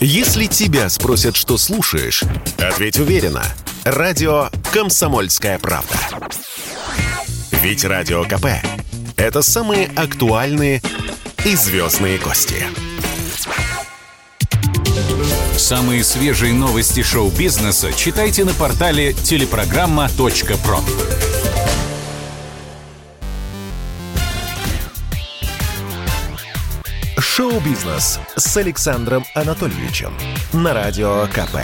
Если тебя спросят, что слушаешь, ответь уверенно. Радио «Комсомольская правда». Ведь Радио КП – это самые актуальные и звездные гости. Самые свежие новости шоу-бизнеса читайте на портале телепрограмма.про. Шоу-бизнес с Александром Анатольевичем на Радио КП.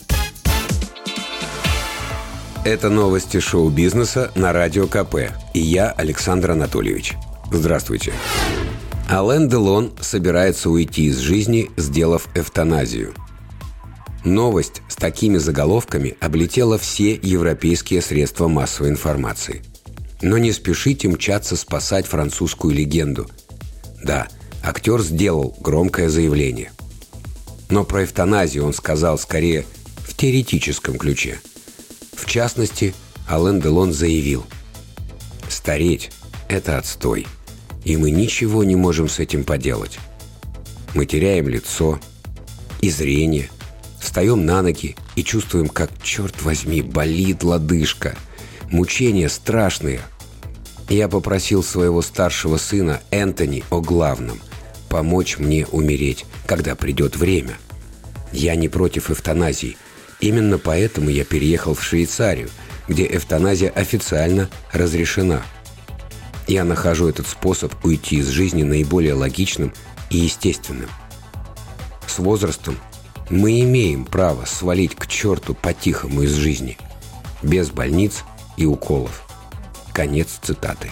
Это новости шоу-бизнеса на Радио КП. И я, Александр Анатольевич. Здравствуйте. Ален Делон собирается уйти из жизни, сделав эвтаназию. Новость с такими заголовками облетела все европейские средства массовой информации. Но не спешите мчаться спасать французскую легенду. Да, актер сделал громкое заявление. Но про эвтаназию он сказал скорее в теоретическом ключе. В частности, Ален Делон заявил: «Стареть – это отстой, и мы ничего не можем с этим поделать. Мы теряем лицо и зрение, встаем на ноги и чувствуем, как, черт возьми, болит лодыжка. Мучения страшные. Я попросил своего старшего сына Энтони о главном – помочь мне умереть, когда придет время. Я не против эвтаназии. Именно поэтому я переехал в Швейцарию, где эвтаназия официально разрешена. Я нахожу этот способ уйти из жизни наиболее логичным и естественным. С возрастом мы имеем право свалить к черту по-тихому из жизни, без больниц и уколов». Конец цитаты.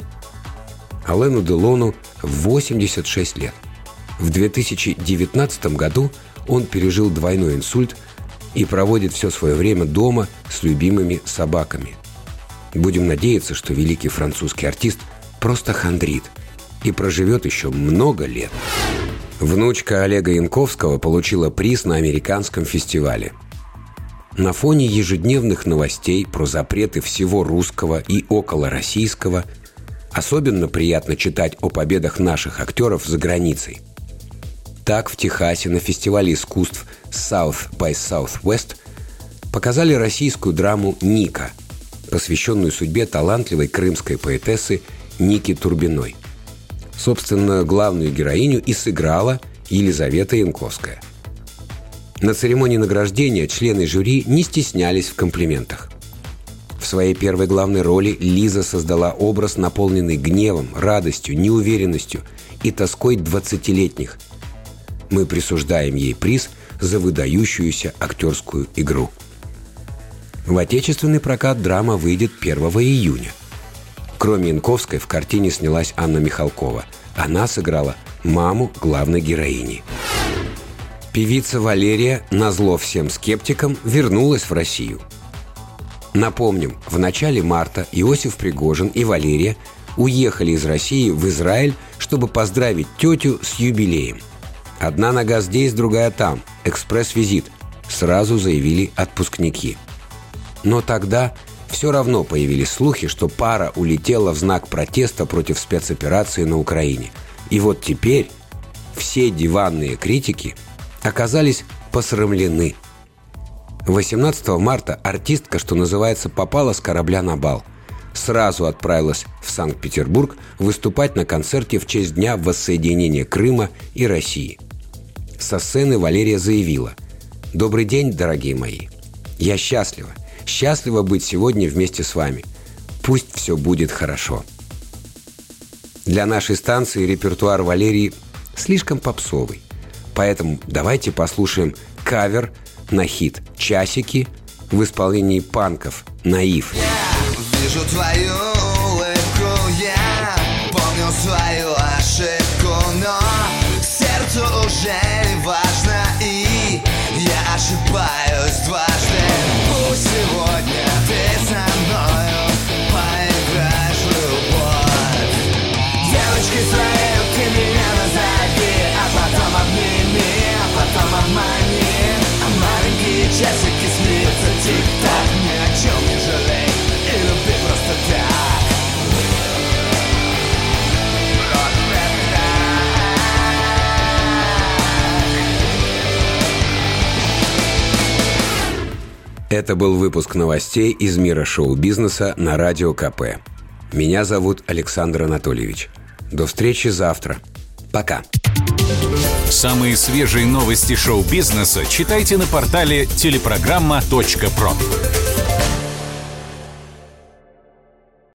Алену Делону 86 лет. В 2019 году он пережил двойной инсульт и проводит все свое время дома с любимыми собаками. Будем надеяться, что великий французский артист просто хандрит и проживет еще много лет. Внучка Олега Янковского получила приз на американском фестивале. На фоне ежедневных новостей про запреты всего русского и околороссийского особенно приятно читать о победах наших актеров за границей. Так, в Техасе на фестивале искусств South by Southwest показали российскую драму «Ника», посвященную судьбе талантливой крымской поэтессы Ники Турбиной. Собственно, главную героиню и сыграла Елизавета Янковская. На церемонии награждения члены жюри не стеснялись в комплиментах. В своей первой главной роли Лиза создала образ, наполненный гневом, радостью, неуверенностью и тоской 20-летних. Мы присуждаем ей приз за выдающуюся актерскую игру. В отечественный прокат драма выйдет 1 июня. Кроме Янковской в картине снялась Анна Михалкова. Она сыграла маму главной героини. Певица Валерия, назло всем скептикам, вернулась в Россию. Напомним, в начале марта Иосиф Пригожин и Валерия уехали из России в Израиль, чтобы поздравить тетю с юбилеем. «Одна нога здесь, другая там. Экспресс-визит», сразу заявили отпускники. Но тогда все равно появились слухи, что пара улетела в знак протеста против спецоперации на Украине. И вот теперь все диванные критики оказались посрамлены. 18 марта артистка, что называется, попала с корабля на бал. Сразу отправилась в Санкт-Петербург выступать на концерте в честь Дня воссоединения Крыма и России. Со сцены Валерия заявила: «Добрый день, дорогие мои. Я счастлива. Счастлива быть сегодня вместе с вами. Пусть все будет хорошо». Для нашей станции репертуар Валерии слишком попсовый. Поэтому давайте послушаем кавер на хит «Часики» в исполнении панков «Наив». Я вижу твою улыбку, я помню свою ошибку, но сердцу уже не важно, и я ошибаюсь дважды. Пусть сегодня ты со мною поиграешь в любовь. Девочки свои, ты меня назови, а потом обними, а потом обмани. А маленькие часики смеются тик-так. Ни о чем не жалей и люби просто так. Это был выпуск новостей из мира шоу-бизнеса на Радио КП. Меня зовут Александр Анатольевич. До встречи завтра. Пока. Самые свежие новости шоу-бизнеса читайте на портале телепрограмма.про.